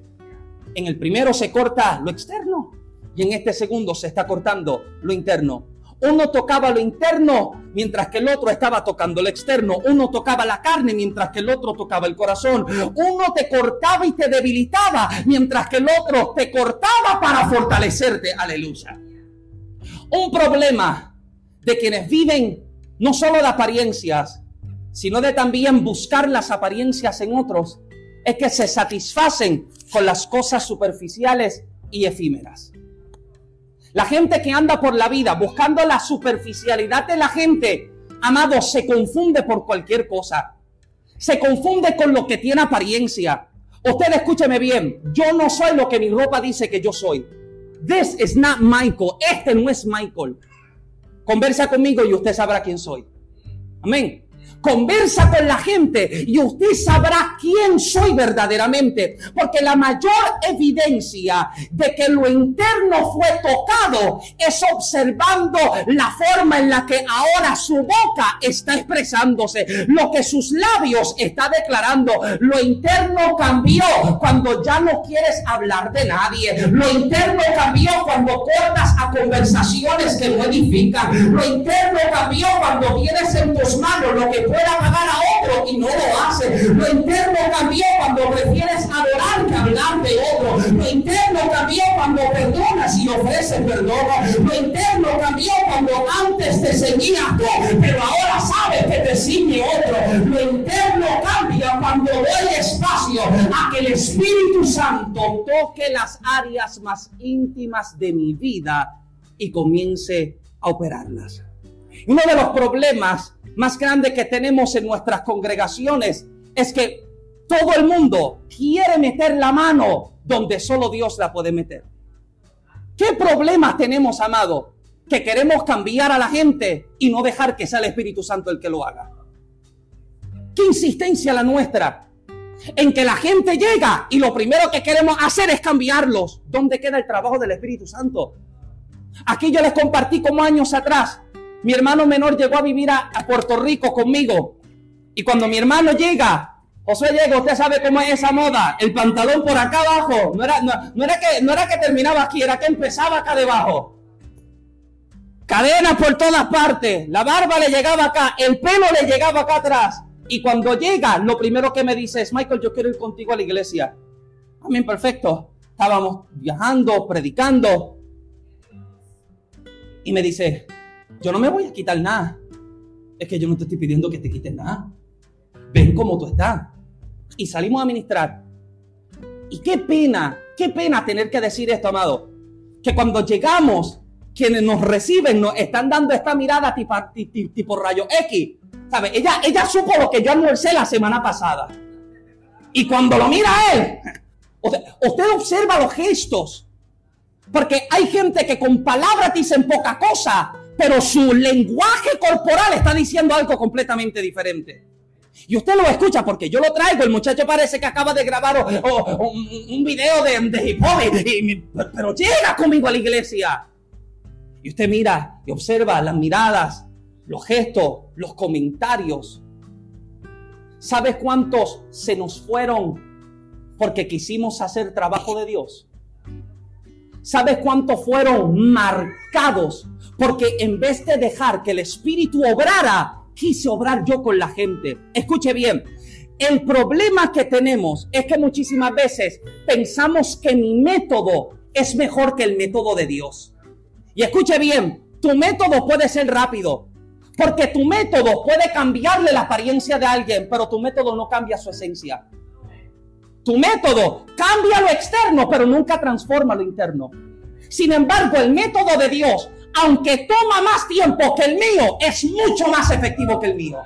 Speaker 2: En el primero se corta lo externo y en este segundo se está cortando lo interno. Uno tocaba lo interno mientras que el otro estaba tocando lo externo. Uno tocaba la carne mientras que el otro tocaba el corazón. Uno te cortaba y te debilitaba mientras que el otro te cortaba para fortalecerte. Aleluya. Un problema de quienes viven no solo de apariencias, sino de también buscar las apariencias en otros, es que se satisfacen con las cosas superficiales y efímeras. La gente que anda por la vida buscando la superficialidad de la gente, amado, se confunde por cualquier cosa. Se confunde con lo que tiene apariencia. Usted escúcheme bien, yo no soy lo que mi ropa dice que yo soy. This is not Michael. Este no es Michael. Conversa conmigo y usted sabrá quién soy. Amén. Conversa con la gente y usted sabrá quién soy verdaderamente. Porque la mayor evidencia de que lo interno fue tocado es observando la forma en la que ahora su boca está expresándose. Lo que sus labios está declarando. Lo interno cambió cuando ya no quieres hablar de nadie. Lo interno cambió cuando cortas a conversaciones que no edifican. Lo interno cambió cuando tienes en tus manos lo que pueda pagar a otro y no lo hace. Lo interno cambió cuando prefieres adorar que hablar de otro. Lo interno cambió cuando perdonas y ofreces perdón. Lo interno cambió cuando antes te seguías tú, pero ahora sabes que te sigue otro. Lo interno cambia cuando doy espacio a que el Espíritu Santo toque las áreas más íntimas de mi vida y comience a operarlas. Uno de los problemas más grandes que tenemos en nuestras congregaciones es que todo el mundo quiere meter la mano donde solo Dios la puede meter. ¿Qué problemas tenemos, amado? Que queremos cambiar a la gente y no dejar que sea el Espíritu Santo el que lo haga. ¿Qué insistencia la nuestra? En que la gente llega y lo primero que queremos hacer es cambiarlos. ¿Dónde queda el trabajo del Espíritu Santo? Aquí yo les compartí como años atrás. Mi hermano menor llegó a vivir a, a Puerto Rico conmigo. Y cuando mi hermano llega, Josué llega, usted sabe cómo es esa moda. El pantalón por acá abajo. No era, no, no era, que, no era que terminaba aquí, era que empezaba acá debajo. Cadenas por todas partes. La barba le llegaba acá, el pelo le llegaba acá atrás. Y cuando llega, lo primero que me dice es, Michael, yo quiero ir contigo a la iglesia. Amén, perfecto. Estábamos viajando, predicando. Y me dice, yo no me voy a quitar nada. Es que yo no te estoy pidiendo que te quites nada. Ven como tú estás. Y salimos a ministrar. Y qué pena, qué pena tener que decir esto, amado. Que cuando llegamos, quienes nos reciben nos están dando esta mirada tipo, tipo, tipo rayo X. ¿Sabe? Ella, ella supo lo que yo almorcé la semana pasada. Y cuando lo mira a él, usted, usted observa los gestos. Porque hay gente que con palabras dicen poca cosa, pero su lenguaje corporal está diciendo algo completamente diferente. Y usted lo escucha porque yo lo traigo. El muchacho parece que acaba de grabar o, o, un, un video de, de hip hop. Y, pero llega conmigo a la iglesia. Y usted mira y observa las miradas, los gestos, los comentarios. ¿Sabes cuántos se nos fueron porque quisimos hacer trabajo de Dios? ¿Sabes cuántos fueron marcados porque en vez de dejar que el Espíritu obrara, quise obrar yo con la gente? Escuche bien, el problema que tenemos es que muchísimas veces pensamos que mi método es mejor que el método de Dios. Y escuche bien, tu método puede ser rápido, porque tu método puede cambiarle la apariencia de alguien, pero tu método no cambia su esencia. Tu método cambia lo externo, pero nunca transforma lo interno. Sin embargo, el método de Dios, aunque toma más tiempo que el mío, es mucho más efectivo que el mío.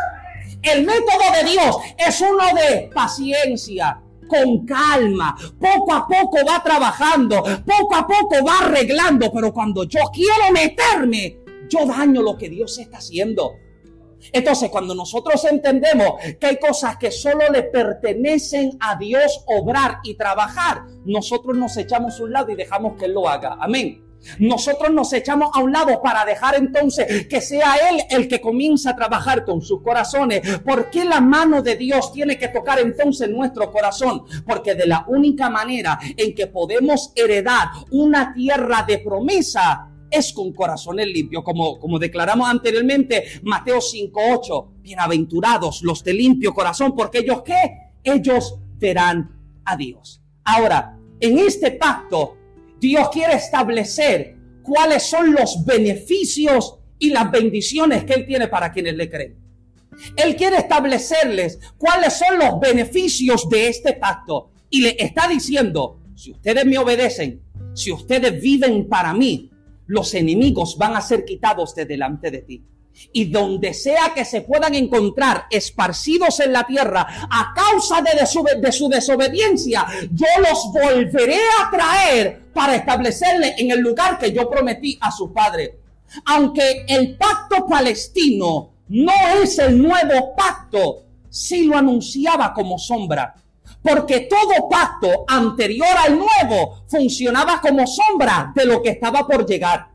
Speaker 2: El método de Dios es uno de paciencia, con calma, poco a poco va trabajando, poco a poco va arreglando, pero cuando yo quiero meterme, yo daño lo que Dios está haciendo. Entonces, cuando nosotros entendemos que hay cosas que solo le pertenecen a Dios obrar y trabajar, nosotros nos echamos a un lado y dejamos que Él lo haga. Amén. Nosotros nos echamos a un lado para dejar entonces que sea Él el que comienza a trabajar con sus corazones. ¿Por qué la mano de Dios tiene que tocar entonces nuestro corazón? Porque de la única manera en que podemos heredar una tierra de promesa es con corazones limpios, como, como declaramos anteriormente, Mateo cinco ocho. Bienaventurados los de limpio corazón, porque ellos ¿qué? Ellos verán a Dios. Ahora, en este pacto, Dios quiere establecer cuáles son los beneficios y las bendiciones que Él tiene para quienes le creen. Él quiere establecerles cuáles son los beneficios de este pacto. Y le está diciendo, si ustedes me obedecen, si ustedes viven para mí, los enemigos van a ser quitados de delante de ti. Y donde sea que se puedan encontrar esparcidos en la tierra a causa de, de, de su desobediencia, yo los volveré a traer para establecerle en el lugar que yo prometí a su padre. Aunque el pacto palestino no es el nuevo pacto, sí lo anunciaba como sombra. Porque todo pacto anterior al nuevo funcionaba como sombra de lo que estaba por llegar.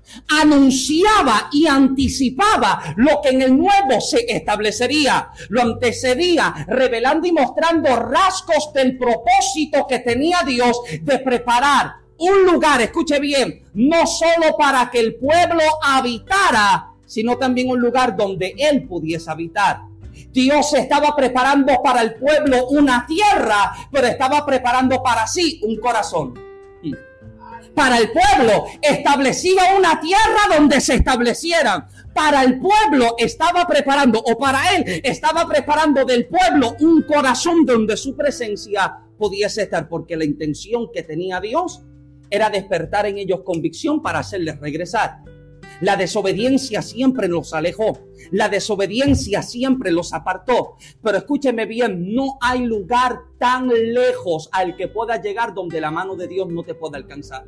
Speaker 2: Anunciaba y anticipaba lo que en el nuevo se establecería. Lo antecedía, revelando y mostrando rasgos del propósito que tenía Dios de preparar un lugar, escuche bien, no solo para que el pueblo habitara, sino también un lugar donde Él pudiese habitar. Dios estaba preparando para el pueblo una tierra, pero estaba preparando para sí un corazón. Para el pueblo establecía una tierra donde se establecieran. Para el pueblo estaba preparando, o para Él estaba preparando del pueblo un corazón donde su presencia pudiese estar, porque la intención que tenía Dios era despertar en ellos convicción para hacerles regresar. La desobediencia siempre los alejó. La desobediencia siempre los apartó. Pero escúcheme bien, no hay lugar tan lejos al que pueda llegar donde la mano de Dios no te pueda alcanzar.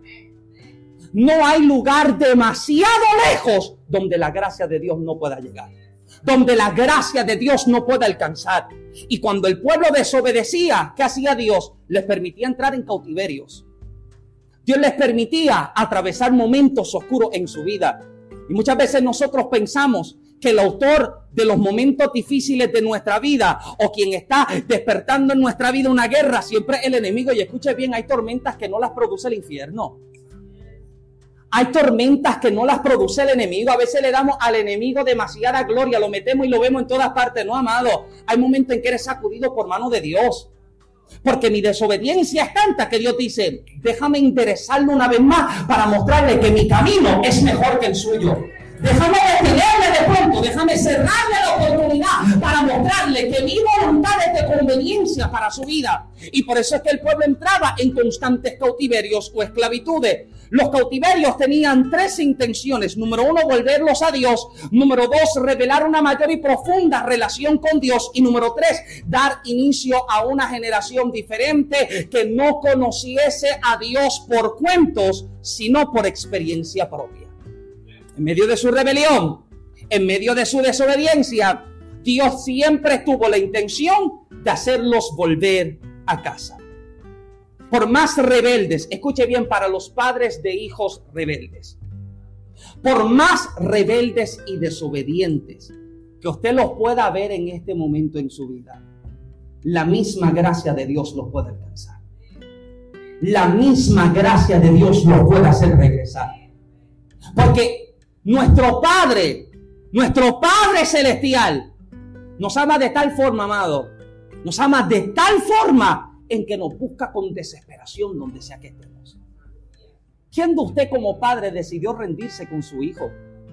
Speaker 2: No hay lugar demasiado lejos donde la gracia de Dios no pueda llegar. Donde la gracia de Dios no pueda alcanzar. Y cuando el pueblo desobedecía, ¿qué hacía Dios? Les permitía entrar en cautiverios. Dios les permitía atravesar momentos oscuros en su vida. Y muchas veces nosotros pensamos que el autor de los momentos difíciles de nuestra vida, o quien está despertando en nuestra vida una guerra, siempre es el enemigo. Y escuche bien, hay tormentas que no las produce el infierno. Hay tormentas que no las produce el enemigo. A veces le damos al enemigo demasiada gloria, lo metemos y lo vemos en todas partes. No, amado, hay momentos en que eres sacudido por mano de Dios. Porque mi desobediencia es tanta que Dios dice, déjame interesarle una vez más para mostrarle que mi camino es mejor que el suyo. Déjame detenerle de pronto, déjame cerrarle la oportunidad para mostrarle que mi voluntad es de conveniencia para su vida. Y por eso es que el pueblo entraba en constantes cautiverios o esclavitudes. Los cautiverios tenían tres intenciones. Número uno, volverlos a Dios. Número dos, revelar una mayor y profunda relación con Dios. Y número tres, dar inicio a una generación diferente que no conociese a Dios por cuentos, sino por experiencia propia. En medio de su rebelión, en medio de su desobediencia, Dios siempre tuvo la intención de hacerlos volver a casa. Por más rebeldes, escuche bien, para los padres de hijos rebeldes, por más rebeldes y desobedientes que usted los pueda ver en este momento en su vida, la misma gracia de Dios los puede alcanzar. La misma gracia de Dios los puede hacer regresar. Porque nuestro Padre, nuestro Padre Celestial, nos ama de tal forma, amado, nos ama de tal forma en que nos busca con desesperación donde sea que estemos. ¿Quién de usted como padre decidió rendirse con su hijo?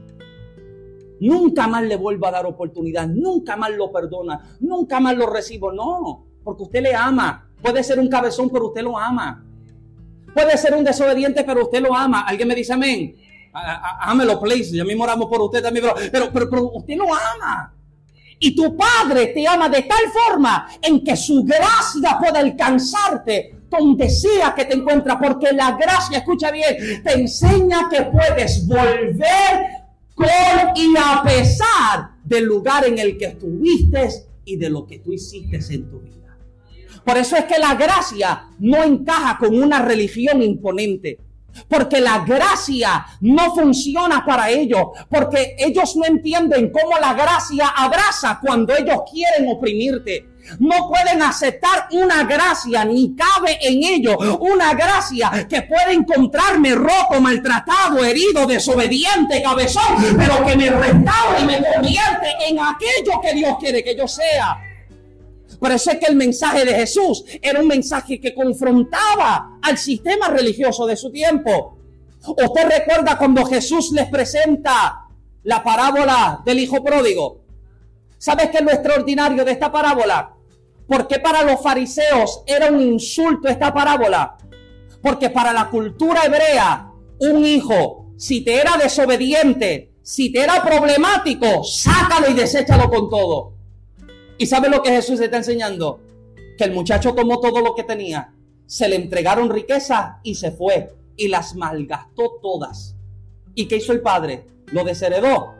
Speaker 2: Nunca más le vuelva a dar oportunidad, nunca más lo perdona, nunca más lo recibo. No, porque usted le ama. Puede ser un cabezón, pero usted lo ama. Puede ser un desobediente, pero usted lo ama. ¿Alguien me dice amén? Ámelo, please. Yo mismo oramos por usted también, pero, pero, pero, pero usted lo ama. Y tu Padre te ama de tal forma en que su gracia puede alcanzarte donde sea que te encuentras. Porque la gracia, escucha bien, te enseña que puedes volver con y a pesar del lugar en el que estuviste y de lo que tú hiciste en tu vida. Por eso es que la gracia no encaja con una religión imponente. Porque la gracia no funciona para ellos. Porque ellos no entienden cómo la gracia abraza cuando ellos quieren oprimirte. No pueden aceptar una gracia, ni cabe en ellos una gracia que pueda encontrarme roto, maltratado, herido, desobediente, cabezón, pero que me restaure y me convierte en aquello que Dios quiere que yo sea. Por eso es que el mensaje de Jesús era un mensaje que confrontaba al sistema religioso de su tiempo. ¿Usted recuerda cuando Jesús les presenta la parábola del hijo pródigo? ¿Sabes qué es lo extraordinario de esta parábola? Porque para los fariseos era un insulto esta parábola. Porque para la cultura hebrea, un hijo, si te era desobediente, si te era problemático, sácalo y deséchalo con todo. ¿Y sabe lo que Jesús está enseñando? Que el muchacho tomó todo lo que tenía, se le entregaron riquezas y se fue y las malgastó todas. ¿Y qué hizo el padre? Lo desheredó.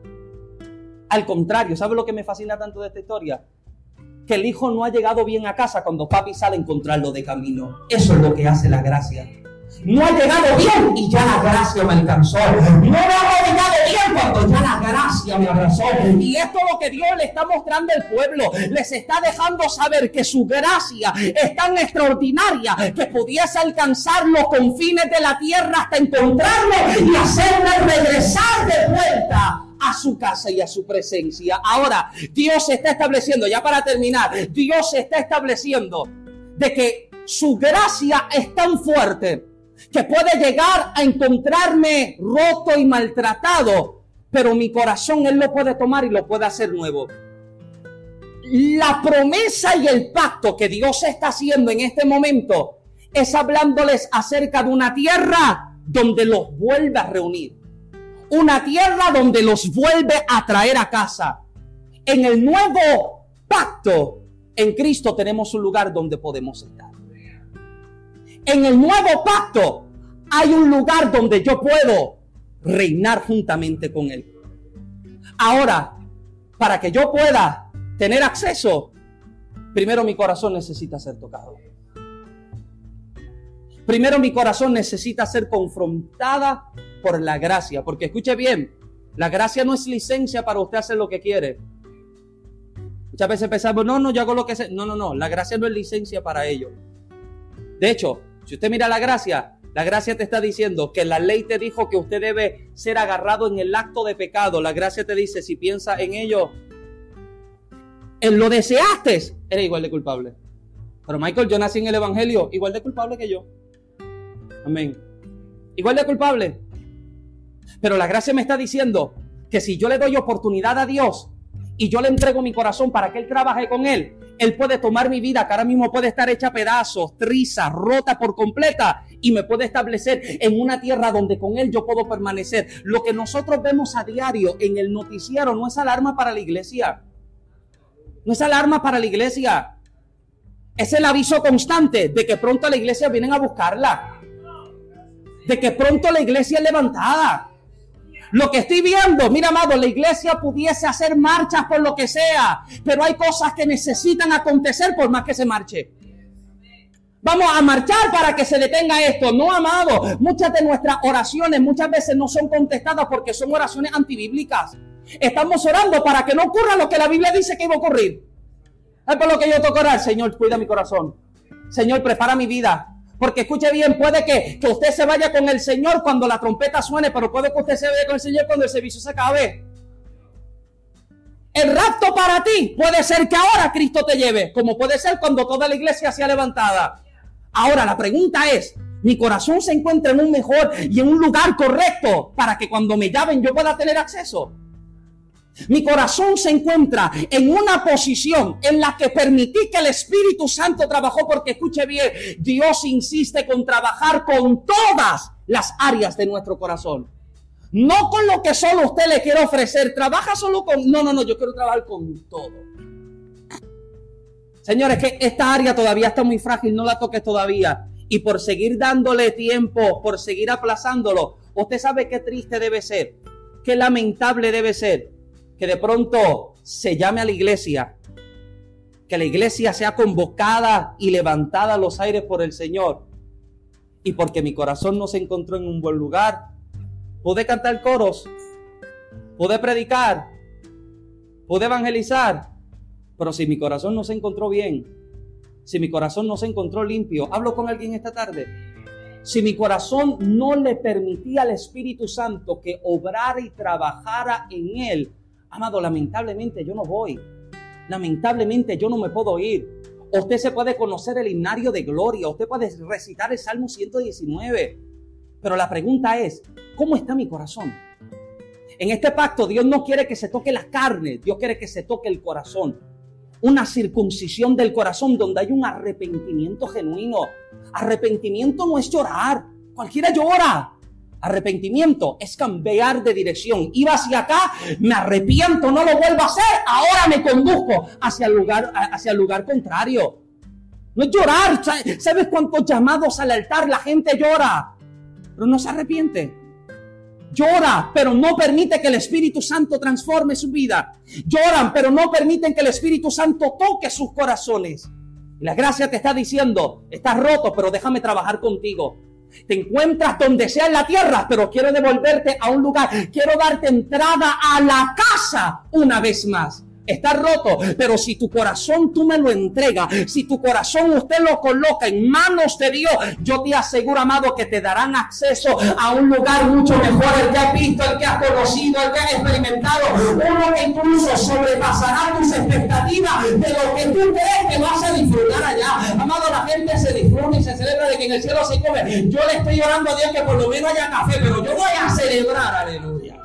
Speaker 2: Al contrario, ¿sabe lo que me fascina tanto de esta historia? Que el hijo no ha llegado bien a casa cuando papi sale a encontrarlo de camino. Eso es lo que hace la gracia. No ha llegado bien y ya la gracia me alcanzó. No ha llegado bien cuando ya la gracia me abrazó. Y esto es lo que Dios le está mostrando al pueblo. Les está dejando saber que su gracia es tan extraordinaria que pudiese alcanzar los confines de la tierra hasta encontrarlo y hacerle regresar de vuelta a su casa y a su presencia. Ahora, Dios está estableciendo, ya para terminar, Dios está estableciendo de que su gracia es tan fuerte que puede llegar a encontrarme roto y maltratado, pero mi corazón Él lo puede tomar y lo puede hacer nuevo. La promesa y el pacto que Dios está haciendo en este momento es hablándoles acerca de una tierra donde los vuelve a reunir. Una tierra donde los vuelve a traer a casa. En el nuevo pacto, en Cristo tenemos un lugar donde podemos estar. En el nuevo pacto hay un lugar donde yo puedo reinar juntamente con Él. Ahora, para que yo pueda tener acceso, primero mi corazón necesita ser tocado. Primero mi corazón necesita ser confrontada por la gracia. Porque escuche bien, la gracia no es licencia para usted hacer lo que quiere. Muchas veces pensamos, no, no, yo hago lo que sé. No, no, no, la gracia no es licencia para ello. De hecho, si usted mira la gracia, la gracia te está diciendo que la ley te dijo que usted debe ser agarrado en el acto de pecado. La gracia te dice, si piensa en ello, en lo deseaste, eres igual de culpable. Pero Michael, yo nací en el evangelio, igual de culpable que yo. Amén. Igual de culpable. Pero la gracia me está diciendo que si yo le doy oportunidad a Dios y yo le entrego mi corazón para que Él trabaje con Él, Él puede tomar mi vida, que ahora mismo puede estar hecha a pedazos, triza, rota por completa, y me puede establecer en una tierra donde con Él yo puedo permanecer. Lo que nosotros vemos a diario en el noticiero no es alarma para la iglesia. No es alarma para la iglesia. Es el aviso constante de que pronto la iglesia vienen a buscarla. De que pronto la iglesia es levantada. Lo que estoy viendo, mira amado, la iglesia pudiese hacer marchas por lo que sea, pero hay cosas que necesitan acontecer por más que se marche. Vamos a marchar para que se detenga esto. No, amado, muchas de nuestras oraciones muchas veces no son contestadas porque son oraciones antibíblicas. Estamos orando para que no ocurra lo que la Biblia dice que iba a ocurrir. Es por lo que yo tengo que orar. Señor, cuida mi corazón. Señor, prepara mi vida. Porque escuche bien, puede que, que usted se vaya con el Señor cuando la trompeta suene, pero puede que usted se vaya con el Señor cuando el servicio se acabe. El rapto para ti puede ser que ahora Cristo te lleve, como puede ser cuando toda la iglesia sea levantada. Ahora la pregunta es, ¿mi corazón se encuentra en un mejor y en un lugar correcto para que cuando me llamen yo pueda tener acceso? Mi corazón se encuentra en una posición en la que permití que el Espíritu Santo trabajó, porque escuche bien, Dios insiste con trabajar con todas las áreas de nuestro corazón. No con lo que solo usted le quiere ofrecer. Trabaja solo con... No, no, no, yo quiero trabajar con todo. Señores, que esta área todavía está muy frágil, no la toques todavía. Y por seguir dándole tiempo, por seguir aplazándolo, usted sabe qué triste debe ser, qué lamentable debe ser, que de pronto se llame a la iglesia, que la iglesia sea convocada y levantada a los aires por el Señor, y porque mi corazón no se encontró en un buen lugar, pude cantar coros, pude predicar, pude evangelizar, pero si mi corazón no se encontró bien, si mi corazón no se encontró limpio, hablo con alguien esta tarde, si mi corazón no le permitía al Espíritu Santo que obrara y trabajara en él, amado, lamentablemente yo no voy. Lamentablemente yo no me puedo ir. Usted se puede conocer el himnario de gloria. Usted puede recitar el Salmo ciento diecinueve. Pero la pregunta es, ¿cómo está mi corazón? En este pacto Dios no quiere que se toque la carne. Dios quiere que se toque el corazón. Una circuncisión del corazón donde hay un arrepentimiento genuino. Arrepentimiento no es llorar. Cualquiera llora. Arrepentimiento es cambiar de dirección. Iba hacia acá, me arrepiento, no lo vuelvo a hacer. Ahora me conduzco hacia el lugar, hacia el lugar contrario. No es llorar. ¿Sabes cuántos llamados al altar la gente llora? Pero no se arrepiente. Llora, pero no permite que el Espíritu Santo transforme su vida. Lloran, pero no permiten que el Espíritu Santo toque sus corazones. Y la gracia te está diciendo, estás roto, pero déjame trabajar contigo. Te encuentras donde sea en la tierra, pero quiero devolverte a un lugar. Quiero darte entrada a la casa una vez más. Estás roto, pero si tu corazón tú me lo entregas, si tu corazón usted lo coloca en manos de Dios, yo te aseguro, amado, que te darán acceso a un lugar mucho mejor, el que has visto, el que has conocido, el que has experimentado, uno que incluso sobrepasará tus expectativas de lo que tú crees que vas a disfrutar allá. Amado, la gente se disfruta y se celebra de que en el cielo se come. Yo le estoy orando a Dios que por lo menos haya café, pero yo voy a celebrar, aleluya.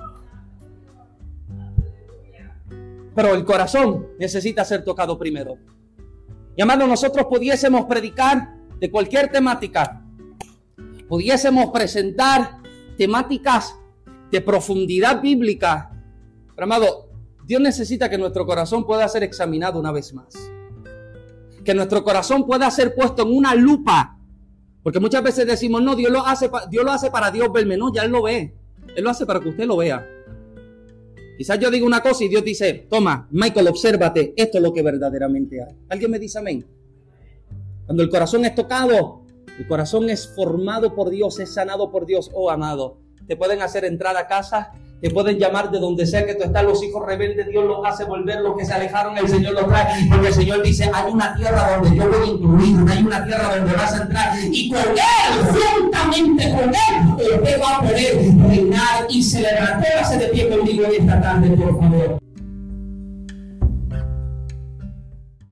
Speaker 2: Pero el corazón necesita ser tocado primero. Y amado, nosotros pudiésemos predicar de cualquier temática. Pudiésemos presentar temáticas de profundidad bíblica. Pero amado, Dios necesita que nuestro corazón pueda ser examinado una vez más. Que nuestro corazón pueda ser puesto en una lupa. Porque muchas veces decimos, no, Dios lo hace, Dios lo hace para Dios verme. No, ya Él lo ve. Él lo hace para que usted lo vea. Quizás yo digo una cosa y Dios dice, toma, Michael, obsérvate, esto es lo que verdaderamente hay. ¿Alguien me dice amén? Cuando el corazón es tocado, el corazón es formado por Dios, es sanado por Dios. Oh, amado, te pueden hacer entrar a casa, te pueden llamar de donde sea que tú estás. Los hijos rebeldes, Dios los hace volver. Los que se alejaron, el Señor los trae. Porque el Señor dice, hay una tierra donde yo voy a incluir, hay una tierra donde vas a entrar. Y con Él, juntamente con Él, usted va a poder reinar y celebrar. Póngase de pie conmigo en esta tarde, por favor.